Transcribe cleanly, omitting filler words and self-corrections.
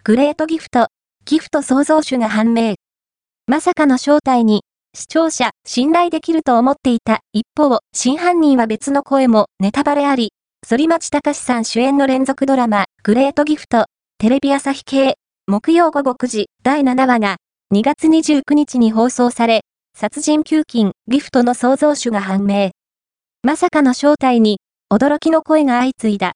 グレートギフト創造主が判明。まさかの正体に、視聴者、信頼できると思っていた一方、真犯人は別の声もネタバレあり、反町隆史さん主演の連続ドラマ、グレートギフト、テレビ朝日系、木曜午後9時第7話が2月29日に放送され、殺人給金、ギフトの創造主が判明。まさかの正体に、驚きの声が相次いだ。